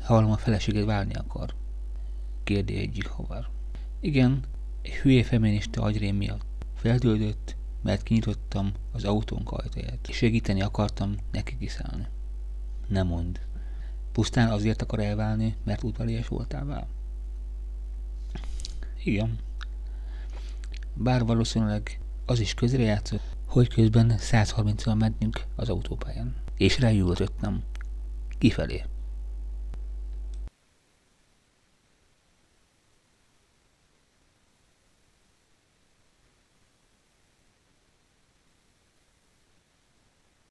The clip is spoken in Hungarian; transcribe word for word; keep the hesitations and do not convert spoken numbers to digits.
Hallom, a feleséged válni akar, kérdi egyik haver. Igen, egy hülye feminista agyrém miatt. Feltöltött, mert kinyitottam az autónk ajtaját, és segíteni akartam neki kiszállni. Ne mondd. Pusztán azért akar elválni, mert udvarias voltál vele? Igen. Bár valószínűleg az is közrejátszott, hogy közben száz harminccal mentünk az autópályán, és rájövöltöttem kifelé.